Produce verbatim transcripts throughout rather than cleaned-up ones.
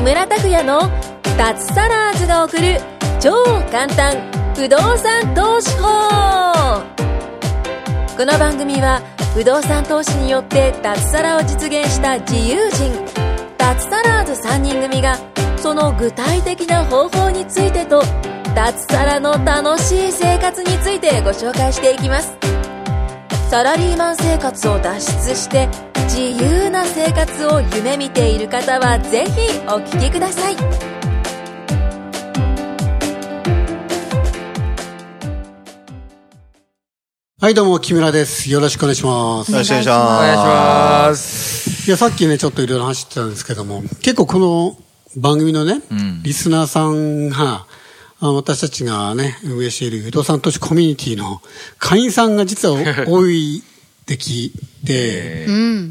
村拓哉の脱サラーズが送る超簡単不動産投資法。この番組は不動産投資によって脱サラを実現した自由人脱サラーズさんにん組がその具体的な方法についてと脱サラの楽しい生活についてご紹介していきます。サラリーマン生活を脱出して自由な生活を夢見ている方はぜひお聞きください。 はいどうも木村です。よろしくお願いします。 よろしくお願いします。お願いします。 いやさっきねちょっといろいろ話してたんですけども、結構この番組のね、うん、リスナーさんが私たちがね運営している不動産投資コミュニティの会員さんが実は多いって聞いて、うん、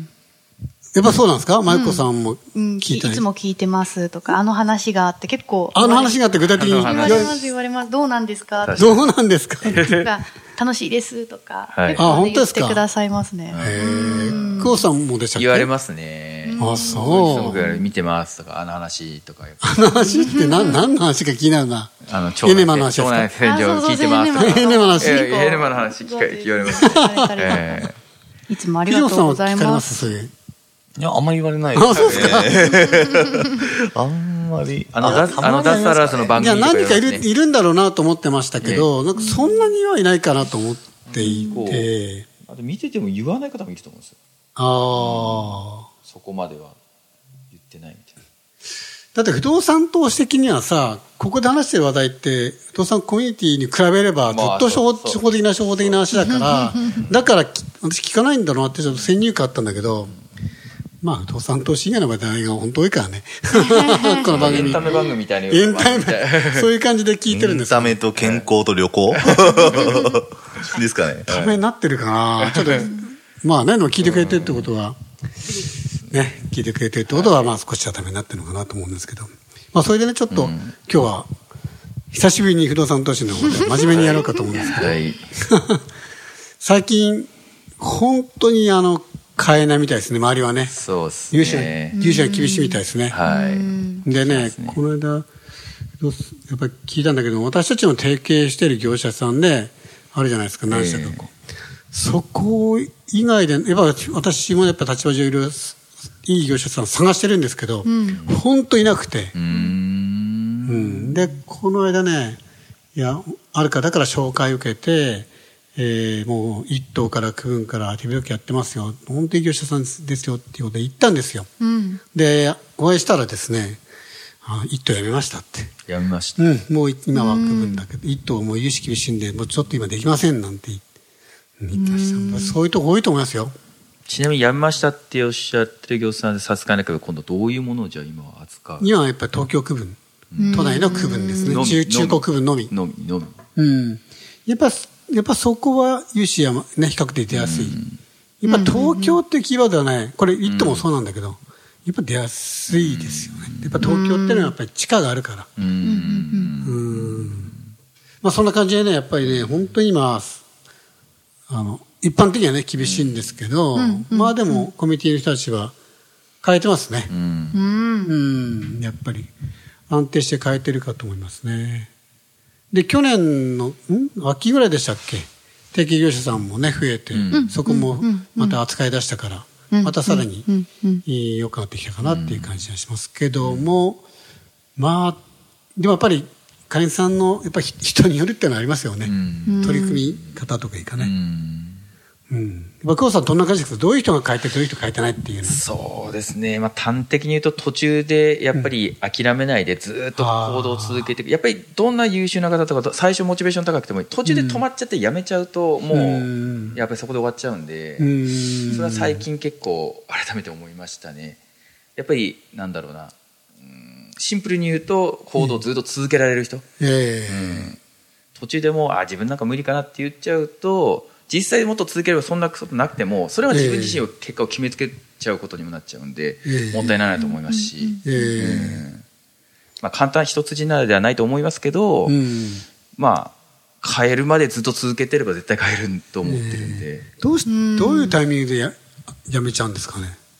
やっぱそうなんですか、マイコさんも聞いてない、 うん、いつも聞いてますとか、あの話があって結構あの話があって具体的に言われます言われます。どうなんですかどうなんですか楽しいですとか、 はい、 結構、ね、言ってくださいますね。 へー、久保さんもでしたっけ？ 言われますね。 あ、そう。 見てますとか、あの話とか。 あの話って何、何の話か気になるな。 あの、 エネマの話ですか？ 長男洗浄聞いてますとか。 エネマの話。 エネマの話聞か言われます。 えー、いつもありがとうございます。 いや、あんまり言われない。 あ、そうですか。 あんまり。あの、あの、脱サラーズの番組とか、 ね。いや、何かいる、いるんだろうなと思ってましたけど、ね、なんかそんなにはいないかなと思っていて。 あと見てても言わない方もいると思うんですよ。 ああ。 そこまでは言ってないみたいな。 だって不動産投資的にはさ、ここで話してる話題って不動産コミュニティに比べればずっと初歩的な初歩的な話だからだから私聞かないんだろうなってちょっと先入観あったんだけど、まあ不動産投資以外の話題が本当多いからねこの番組エンタメ番組みたいにエンタメそういう感じで聞いてるんです、 エンタメと健康と旅行ですかね。 ためになってるかなちょっとまあね、聞いてくれてるってことはね、聞いてくれてるってことはまあ少しはためになってるのかなと思うんですけど、まあそれでねちょっと、うん、今日は久しぶりに不動産投資の方で真面目にやろうかと思うんですけど、はい、最近本当にあの買えないみたいですね、周りはね。 そうですね。融資が厳しいみたいですね。 はい。 でね、この間やっぱり聞いたんだけど、私たちの提携している業者さんであるじゃないですか、何社かこう。そこ以外で、やっぱ私もやっぱ立場上いろいろいい業者さん探してるんですけど、本当いなくて。うん、うん。で、この間ね、いや、あるかだから紹介を受けて、えー、もう一棟から区分から手広くやってますよ、本当に業者さんですよっていうことで行ったんですよ、うん、でお会いしたらですね、あ一棟やめましたって。 やめました、 うん、もう今は区分だけど、うん、一棟もう融資厳しいんでもうちょっと今できませんなんて言ってました、うん、そういうとこ多いと思いますよ。 ちなみにやめましたっておっしゃってる業者さんで差し支えないけど、今度どういうものをじゃあ今は扱う？ 今はやっぱり東京区分、うん、都内の区分ですね、中中古区分のみのみのみ、 うん、やっぱやっぱそこは融資は、ね、比較的出やすい、うん、やっぱ東京ってキーワードはね、これ一棟もそうなんだけど、やっぱ出やすいですよね。やっぱ東京ってのはやっぱり地価があるから、うん、うんまあそんな感じでね、やっぱりね本当に今あの一般的にはね厳しいんですけど、うん、まあでもコミュニティの人たちは変えてますね、うんうん、やっぱり安定して変えてるかと思いますね。で去年のん秋ぐらいでしたっけ、提携業者さんもね増えて、うん、そこもまた扱い出したから、うん、またさらに良くなってきたかなっていう感じがしますけども、うん、まあでもやっぱり会員さんのやっぱり人によるっていうのはありますよね、うん、取り組み方とかいいかね、うんうん、久保さんどんな感じですか？どういう人が変えてどういう人が変えてないっていうの？ そうですね、まあ、端的に言うと途中でやっぱり諦めないでずっと行動を続けて、うん、やっぱりどんな優秀な方とか最初モチベーション高くても途中で止まっちゃってやめちゃうともうやっぱりそこで終わっちゃうんで、うん、それは最近結構改めて思いましたね。やっぱりなんだろうな、シンプルに言うと行動をずっと続けられる人、うんえーうん、途中でもうあ自分なんか無理かなって言っちゃうと実際もっと続ければそんなことなくてもそれは自分自身を結果を決めつけちゃうことにもなっちゃうんで、えー、もったいないなと思いますし、えーうんまあ、簡単一筋縄ではないと思いますけど、うん、まあ変えるまでずっと続けてれば絶対変えると思ってるんで、 えー、どうしどういうタイミングで や, やめちゃうんですかね。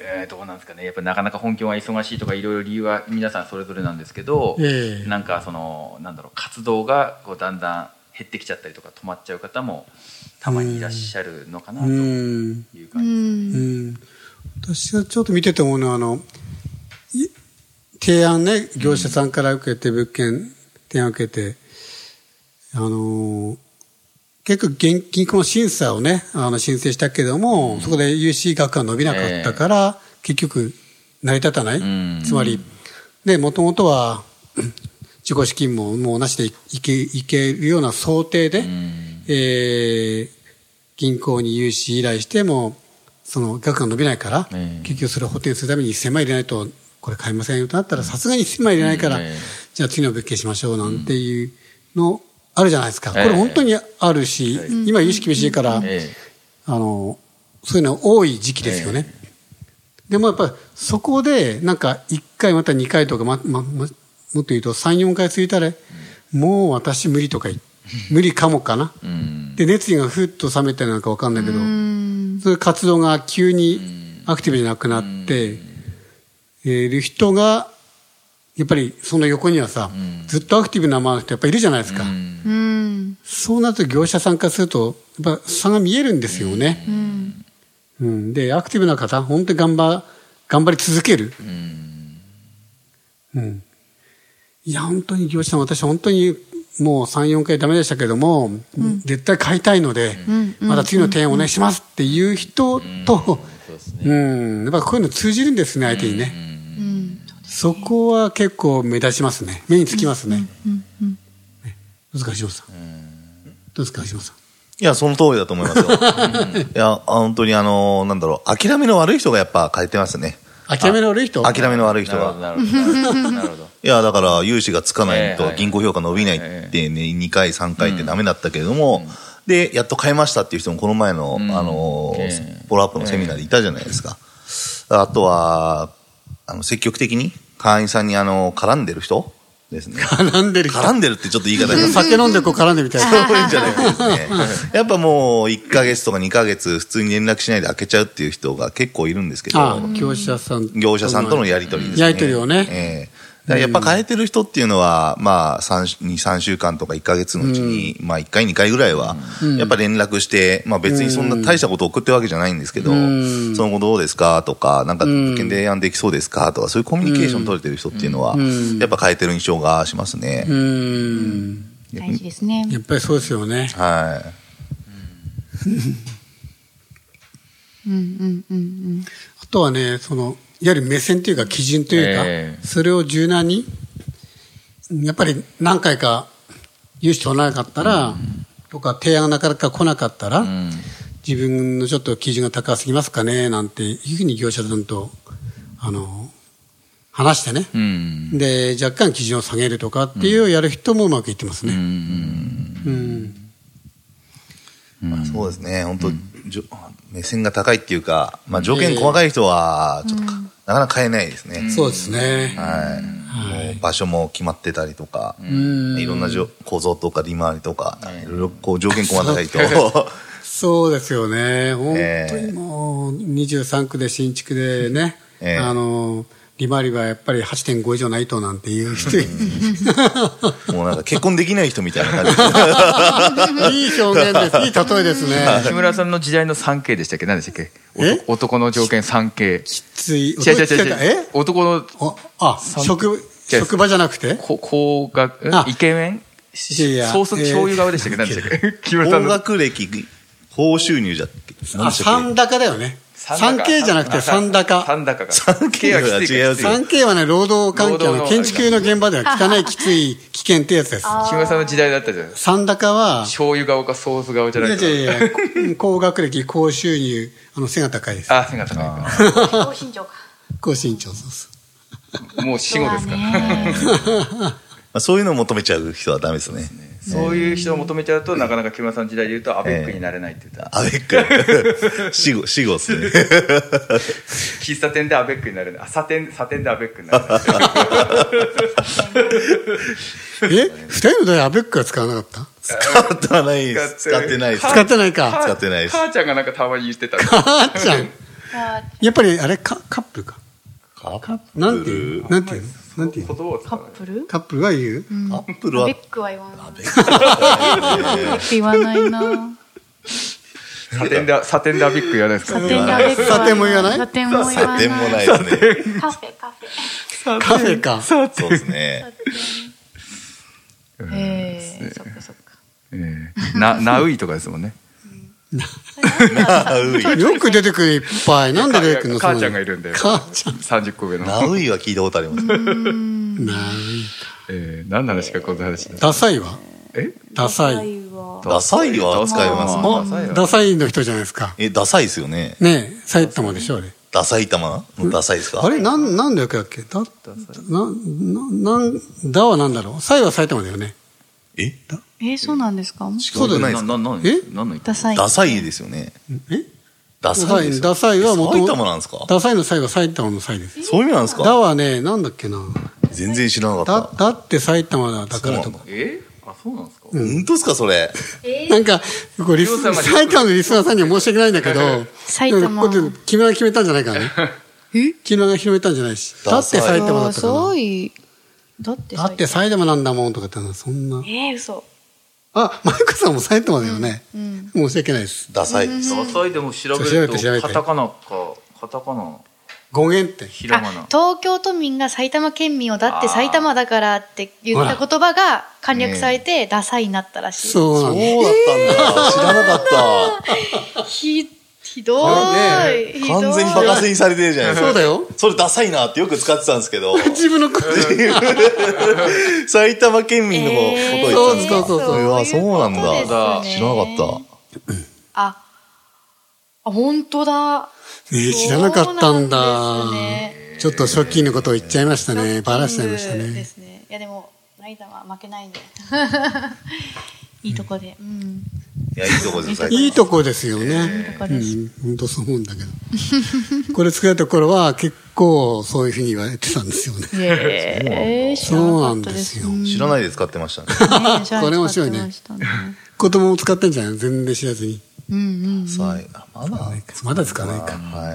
えー、どうなんですかね。やっぱなかなか本業が忙しいとかいろいろ理由は皆さんそれぞれなんですけど、 えー、 なんかそのなんだろう活動がこうだんだん減ってきちゃったりとか止まっちゃう方もたまにいらっしゃるのかなという感じですね。うんうん私はちょっと見てて思うのはあの提案ね業者さんから受けて物件提案を受けてあのー、結構銀行の審査をねあの申請したけども、うん、そこで融資額が伸びなかったから、えー、結局成り立たない、うん、つまりねもともとは自己資金ももうなしでいけ、いけるような想定で、うん、えー、銀行に融資依頼してもその額が伸びないから、えー、結局それを補填するためにせんまん入れないとこれ買いませんよとなったらさすがにせんまん入れないから、うんえー、じゃあ次の物件しましょうなんていうのあるじゃないですか。これ本当にあるし、えー、今融資厳しいから、えー、あのそういうの多い時期ですよね、えー、でもやっぱりそこでなんかいっかいまたにかいとか、まま、もっと言うとさん、よんかい続いたら、うん、もう私無理とか無理かもかな、うん、で熱意がふっと冷めたりなんか分かんないけど、うん、そういう活動が急にアクティブじゃなくなっている人がやっぱりその横にはさ、うん、ずっとアクティブな人やっぱいるじゃないですか、うん、そうなると業者さんからするとやっぱ差が見えるんですよね、うんうん、でアクティブな方本当に頑張頑張り続ける、うんうん、いや本当に業者さん私本当にもうさん、よんかいダメでしたけども、うん、絶対買いたいので、うん、また次の提案お願いしますっていう人と、うんうん、やっぱこういうの通じるんですね相手にね、うん、そこは結構目立ちますね目につきますね、うんうん、ねどうですか橋本さん、うん、どうですか橋本さん。 いやその通りだと思いますよいや本当にあのなんだろう諦めの悪い人がやっぱ変えてますね。 諦めの悪い人諦めの悪い人がなるほどなるほどいやだから融資がつかないと銀行評価伸びないってねにかいさんかいってダメだったけれども、うん、でやっと買いましたっていう人もこの前の、うん、あのフォローアップのセミナーでいたじゃないですか。あとはあの積極的に会員さんにあの絡んでる人ですね。 絡んでる人絡んでるってちょっと言い方が酒飲んでこう絡んでみたいなそういうんじゃないですねやっぱもういっかげつとかにかげつ普通に連絡しないで開けちゃうっていう人が結構いるんですけど、 ああ業者さん業者さんとのやり取りですね。 やり取りをね、 えーだからやっぱ変えてる人っていうのは、まあ、に、さんしゅうかんとかいっかげつのうちに、うん、まあ、いっかい、にかいぐらいは、やっぱ連絡して、まあ別にそんな大したこと送ってるわけじゃないんですけど、うん、その後どうですかとか、なんか、物件提案できそうですかとか、そういうコミュニケーション取れてる人っていうのは、うん、やっぱ変えてる印象がしますね。うん。 大事ですね。 やっぱりそうですよね。 はい。 うんうんうんうん。あとはね、その、いわゆる目線というか基準というか、えー、それを柔軟にやっぱり何回か融資取らなかったら、うん、とか提案がなかなか来なかったら、うん、自分のちょっと基準が高すぎますかねなんていうふうに業者さんとあの話してね、うん、で若干基準を下げるとかっていうをやる人もうまくいってますね。うんうんうんまあ、そうですね本当、うん、目線が高いっていうか、まあ、条件細かい人はちょっと、えー、なかなか変えないですね、 うん、そうですね、 はいはい、もう場所も決まってたりとか、うん、いろんな構造とか利回りとか、いろいろこう条件細かいとそうですよね本当にもうにじゅうさんくで新築でね、えー、あの利回りはやっぱり はちてんご 以上ないとなんていう人もうなんか結婚できない人みたいな感じいい表現ですいい例えですね。 木村さんの時代の スリーケー でしたっけ何でしたっけ男の条件 スリーケーきつい違う違う違う違う男のあ職職場じゃなくて高学イケメンソース醤油側でしたっけ何でしたっけ木村さんの高学歴高収入じゃっけあ三高だよね。スリーケー じゃなくて三高。 三高か。 スリーケー は違う。 スリーケー はね、労働環境の建築の現場では汚いきつい危険ってやつです。 木村さんの時代だったじゃないですか。三高は、 醤油顔かソース顔じゃなくて。 いやいやいや、高学歴、高収入、あの、背が高いです。 あ、背が高いか。 高身長か。 高身長、そうそう。 もう死後ですか。 そういうのを求めちゃう人はダメですね。 そういう人を求めちゃうと、なかなか木村さんの時代で言うとアベックになれないって言ったら、えー、アベック死後死後ですね喫茶店でアベックになれない、あサテンサテンでアベックになれないえ二人の代アベックは使わなかった？ 使ってないです。使ってないです。 使ってないか。 使ってないです。 母ちゃんがなんかたまに言ってた。 母ちゃんやっぱりあれカカップルか。 カップルなんていうなんていうなんていうカップルカップルは言う、 うん、 カップルはベックは言わない。ベック言わないな。 サテンダ、サテンダービッグ言わないですか？ サテンダーベックはサテンも言わない？ サテンも言わない。 サテンもないですね。 カフェ、カフェ。 カフェか。 そうですね。 ええー、そっかそっか。 ええー、な、ナウイとかですもんね。 よく出てくるいっぱい。なんで出てくるの？ 母ちゃんがいるんで。 母ちゃん。 さんじゅっこ上の。 ナウイは聞いたことあります。 ナウイ。 えー、何の話かこんな話。 ダサいは？ え？ ダサい。 ダサいは使いますね。ダサいの人じゃないですか。 え、ダサいですよね。 ねえ、埼玉でしょ、あれ。 ダサい玉のダサいですか？ あれ、なん、なんでだっけだ、な、な、なん、だはなんだろう。サイは埼玉だよね。 ええー、そうなんですか？ そうだよね。 えダサい。 ダサいですよね。 えダサいですよ。 ダサいは元埼玉なんですか？ ダサいのサイは埼玉のサイです。 そういう意味なんですか？ だはね、なんだっけな。 全然知らなかった。 だ、だって埼玉だからとか。 えあ、そうなんですか？ 本当ですかそれ。 なんか、こうリス、埼玉のリスナーさんには申し訳ないんだけど、 埼玉。 木村が決めたんじゃないからね。え木村が決めたんじゃないし。だって埼玉だったから。 ダサい。だってだって埼玉なんだもんとかってのはそんな。 えー、嘘。 あ、マイクさんも埼玉だよね。うん、申し訳ないです。 ダサいです。 ダサいでも調べると、カタカナか、カタカナ。 語源って。 ひらがな。 東京都民が埼玉県民をだって埼玉だからって言った言葉が簡略されてダサいになったらしい。 そうなんだ。 そうだったんだ。知らなかった。 ひ、ひどい。 ね、完全にバカせにされてるじゃないですか。 そうだよ。 それダサいなってよく使ってたんですけど。 自分の声。 埼玉県民のことを言ってたんですか？ そうそうそう。 うわ、そうなんだ。知らなかった。 あ、あ、本当だ。 ね知らなかったんだ。ちょっとショッキングなことを言っちゃいましたね。バラしちゃいましたね。 ですね。いやでも、埼玉は負けないんで。いいとこで。うん。 いや、いいとこですよ。 いいとこですよね。 いいとこです。 うん、本当そう思うんだけど。これ作られた頃は結構そういうふうに言われてたんですよね。 へえ、 そうなんですよ。 知らないで使ってましたね。 これ面白いね。子供も使ってんじゃない全然知らずに。 うんうん。 さあ、まだまだ使わないか。 はい。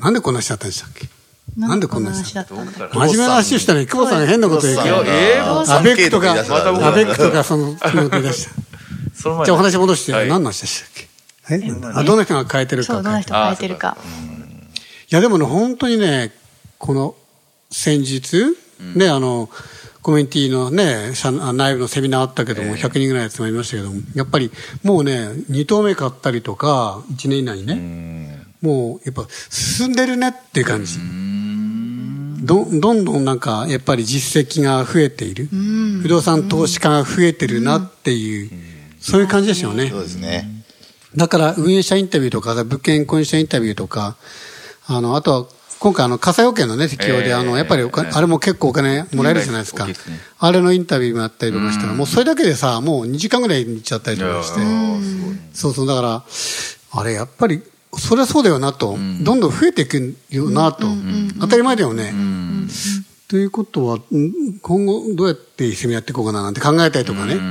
なんでこんなしちゃったんでしたっけ？なんでこんな話だったんだっけ？ 真面目な話をしたら、久保さんが変なこと言うから。 えー、アベックとか、アベックとか、その、その出した。じゃあお話戻して、何の話でしたっけ？えあ、どの人が変えてるか。 そう、どの人が変えてるか。 いや、でもね、本当にね、この、先日、ね、あの、コミュニティのね、内部のセミナーあったけども、ひゃくにんぐらい集まりましたけども、やっぱりもうね、に棟目買ったりとか、いちねん以内にね、もうやっぱ進んでるねっていう感じ。ど, どんどんなんかやっぱり実績が増えている。不動産投資家が増えてるなっていう、そういう感じですよね。 そうですね。 だから運営者インタビューとか、物件購入者インタビューとか、あの、あとは、今回あの、火災保険のね、適用で、あの、やっぱりお金、あれも結構お金もらえるじゃないですか。あれのインタビューもあったりとかしたら、もうそれだけでさ、もうにじかんぐらい行っちゃったりとかして。そうそう、だから、あれやっぱり、そりゃそうだよなと、どんどん増えていくよなと、当たり前だよね。ということは、今後どうやって一緒にやっていこうかななんて考えたりとかね。うん。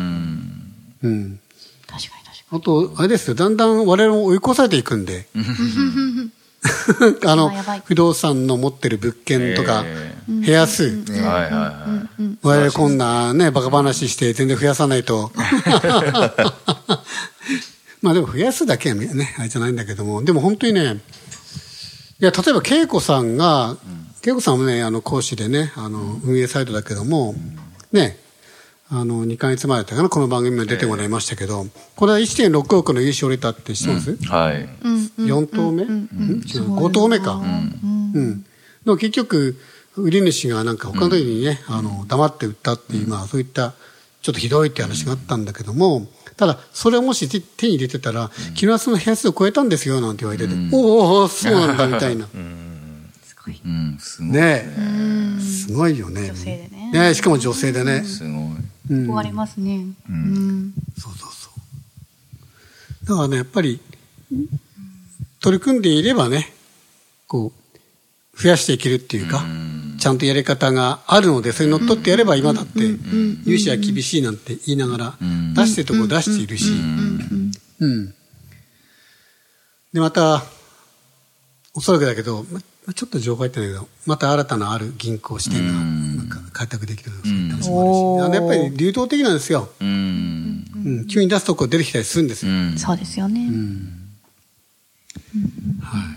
確かに確かに。あと、あれですよ、だんだん我々も追い越されていくんで。あの、不動産の持ってる物件とか、部屋数。我々こんなね、バカ話して全然増やさないと。まあでも増やすだけはね、あれじゃないんだけども、でも本当にね、いや、例えば恵子さんが、恵子さんもね、あの、講師でね、あの、運営サイトだけども、ね、あの、にかげつまえだったかな、この番組に出てもらいましたけど、これはいってんろくおくの融資を入れたって知ってます？ はい。 よん棟目？ご棟目か。うん。でも結局、売り主がなんか他の時にね、あの、黙って売ったっていう、まあそういった、ちょっとひどいって話があったんだけども、ただ、それをもし手に入れてたら、昨日はその部屋数を超えたんですよ、なんて言われてて、おお、そうなんだ、みたいな。 すごい。 ねえ。すごいよね。 女性でね。 ねえ、しかも女性でね。 すごい。 終わりますね。 そうそうそう。だからね、やっぱり、取り組んでいればね、こう、増やしていけるっていうか、ちゃんとやり方があるので、それにのっとってやれば今だって、融資は厳しいなんて言いながら、出してるところ出しているし、うん。で、また、 おそらくだけど、まあ、ちょっと情報入ってないけど、また新たなある銀行支店がなんか開拓できるそういった話もあるし、あのやっぱり流動的なんですよ。うんうん、急に出すとこ出てきたりするんですよ。うん、 そうですよね。うんはい、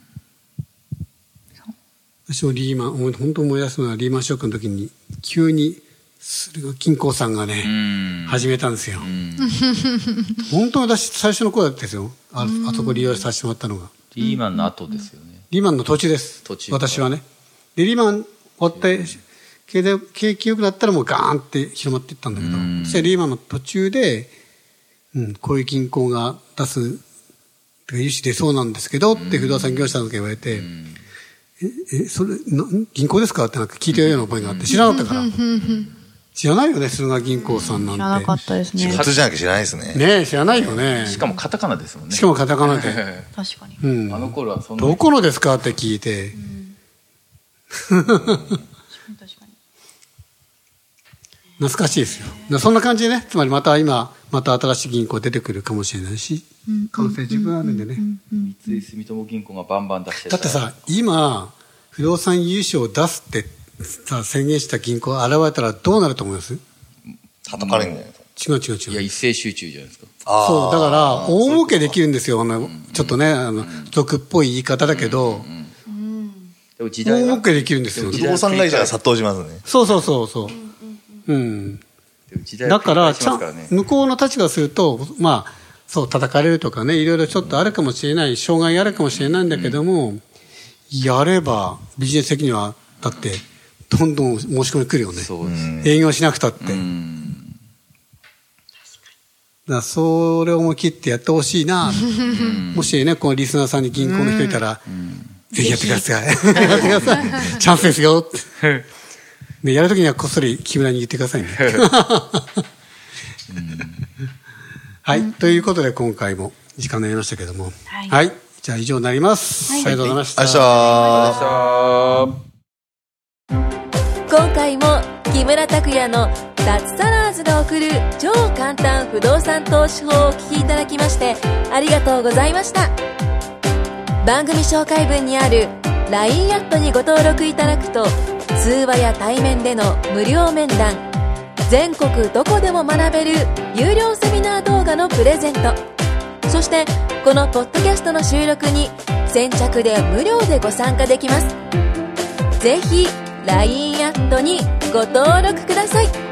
私もリーマン、本当思い出すのはリーマンショックの時に急にそれが金鉱さんがね、始めたんですよ。本当に私最初の頃だったんですよ。あ, あそこ利用させてもらったのが。 リーマンの後ですよね。 リーマンの途中です。途中私はね。で、リーマン終わって、経済景気良くなったらもうガーンって広まっていったんだけど、そしてリーマンの途中で、うん、こういう銀行が出す、融資出そうなんですけどって不動産業者の時言われて、え、え、それ、な銀行ですかってなんか聞いてるような覚えがあって、知らなかったから。知らないよね、駿河銀行さんなんて。 知らなかったですね。 初じゃなきゃ知らないですね。 ねえ、知らないよね。 しかもカタカナですもんね。 しかもカタカナで。 確かに。 うん。 あの頃はそんな。 どこのですかって聞いて。うん、確かに。懐かしいですよ。そんな感じでね、つまりまた今、また新しい銀行出てくるかもしれないし、可能性十分あるんでね。 三井住友銀行がバンバン出してだってさ、今、不動産融資を出すってさ、宣言した銀行が現れたらどうなると思います？ 叩かれるんじゃないですか？違う違う違う。 いや、一斉集中じゃないですか。 そう、だから、大儲けできるんですよ。あの、ちょっとね、あの、俗っぽい言い方だけど、 でも時代大儲けできるんですよ。 不動産会社が殺到しますね。 そうそうそうそう。うん。だから、ちゃん、向こうの立場すると、まあ、そう、叩かれるとかね、いろいろちょっとあるかもしれない、障害あるかもしれないんだけども、やれば、ビジネス的には、だって、どんどん申し込み来るよね。そうですね。営業しなくたって。だからそれを思い切ってやってほしいな。もしね、このリスナーさんに銀行の人いたら、ぜひやってください。やってください。チャンスですよ。で、やるときにはこっそり木村に言ってくださいね。はい。ということで今回も時間になりましたけども。はい。はい、じゃあ以上になります。はい、ありがとうございました。 ありがとうございました。 今回も木村拓哉の脱サラーズが送る超簡単不動産投資法をお聞きいただきましてありがとうございました。番組紹介文にある ライン アットにご登録いただくと通話や対面での無料面談、全国どこでも学べる有料セミナー動画のプレゼント、そしてこのポッドキャストの収録に先着で無料でご参加できます。ぜひライン アットにご登録ください。